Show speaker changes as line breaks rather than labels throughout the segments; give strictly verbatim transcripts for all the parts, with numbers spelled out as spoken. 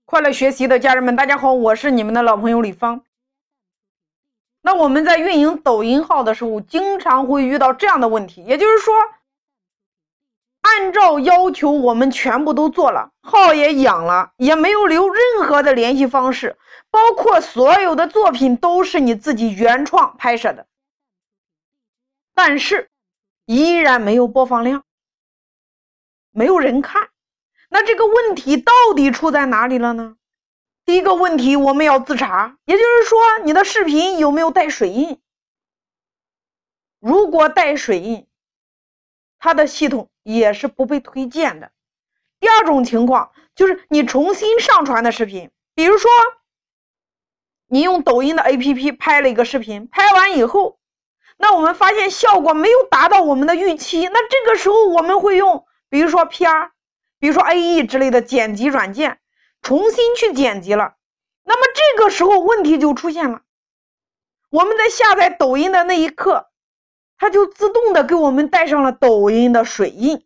快乐学习的家人们，大家好，我是你们的老朋友李芳。那我们在运营抖音号的时候，经常会遇到这样的问题，也就是说，按照要求我们全部都做了，号也养了，也没有留任何的联系方式，包括所有的作品都是你自己原创拍摄的，但是依然没有播放量，没有人看。那这个问题到底出在哪里了呢？第一个问题我们要自查，也就是说你的视频有没有带水印。如果带水印，它的系统也是不被推荐的。第二种情况就是你重新上传的视频，比如说你用抖音的 A P P 拍了一个视频，拍完以后，那我们发现效果没有达到我们的预期，那这个时候我们会用比如说 P R， 比如说 A E 之类的剪辑软件重新去剪辑了，那么这个时候问题就出现了。我们在下载抖音的那一刻，它就自动的给我们带上了抖音的水印。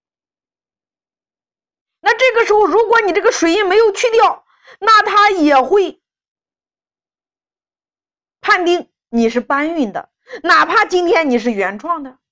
那这个时候如果你这个水印没有去掉，那它也会判定你是搬运的，哪怕今天你是原创的。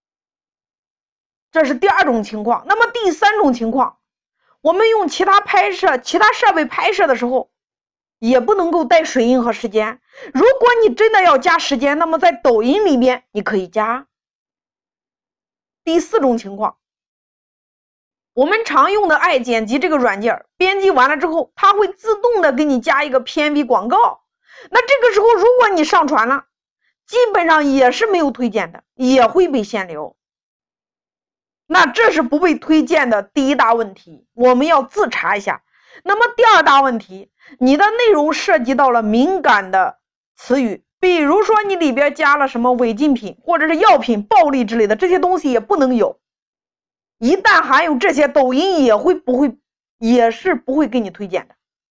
这是第二种情况。那么第三种情况，我们用其他拍摄其他设备拍摄的时候也不能够带水印和时间。如果你真的要加时间，那么在抖音里面你可以加。第四种情况，我们常用的爱剪辑这个软件编辑完了之后，它会自动的给你加一个偏比广告。那这个时候如果你上传了，基本上也是没有推荐的，也会被限流。那这是不被推荐的第一大问题，我们要自查一下。那么第二大问题，你的内容涉及到了敏感的词语，比如说你里边加了什么违禁品或者是药品、暴力之类的，这些东西也不能有。一旦含有这些，抖音也会不会也是不会给你推荐的。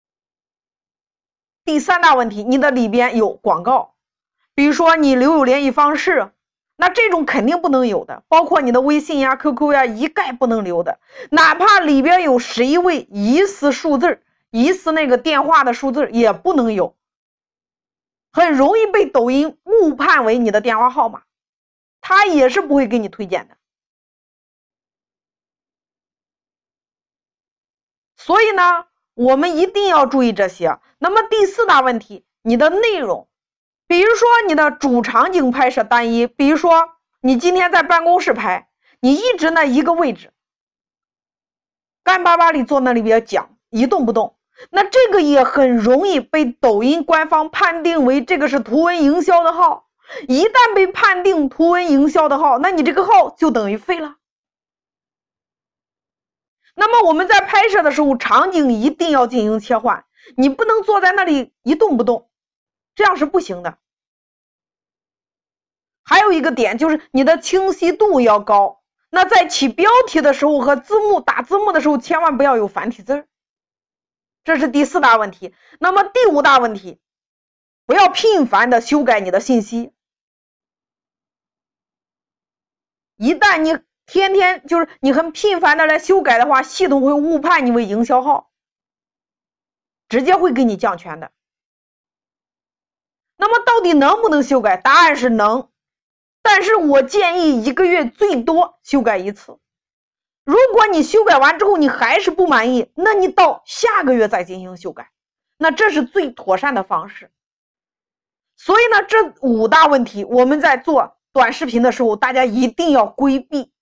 第三大问题，你的里边有广告，比如说你留有联系方式，那这种肯定不能有的，包括你的微信呀、Q Q 呀，一概不能留的。哪怕里边有十一位疑似数字、疑似那个电话的数字也不能有，很容易被抖音误判为你的电话号码，它也是不会给你推荐的。所以呢，我们一定要注意这些。那么第四大问题，你的内容，比如说你的主场景拍摄单一，比如说你今天在办公室拍，你一直那一个位置，干巴巴里坐那里边讲，一动不动，那这个也很容易被抖音官方判定为这个是图文营销的号。一旦被判定图文营销的号，那你这个号就等于废了。那么我们在拍摄的时候，场景一定要进行切换，你不能坐在那里一动不动，这样是不行的。还有一个点就是你的清晰度要高，那在起标题的时候和字幕打字幕的时候，千万不要有繁体字，这是第四大问题。那么第五大问题，不要频繁的修改你的信息。一旦你天天就是你很频繁的来修改的话，系统会误判你为营销号，直接会给你降权的。那么到底能不能修改？答案是能，但是我建议一个月最多修改一次。如果你修改完之后你还是不满意，那你到下个月再进行修改，那这是最妥善的方式。所以呢，这五大问题我们在做短视频的时候，大家一定要规避。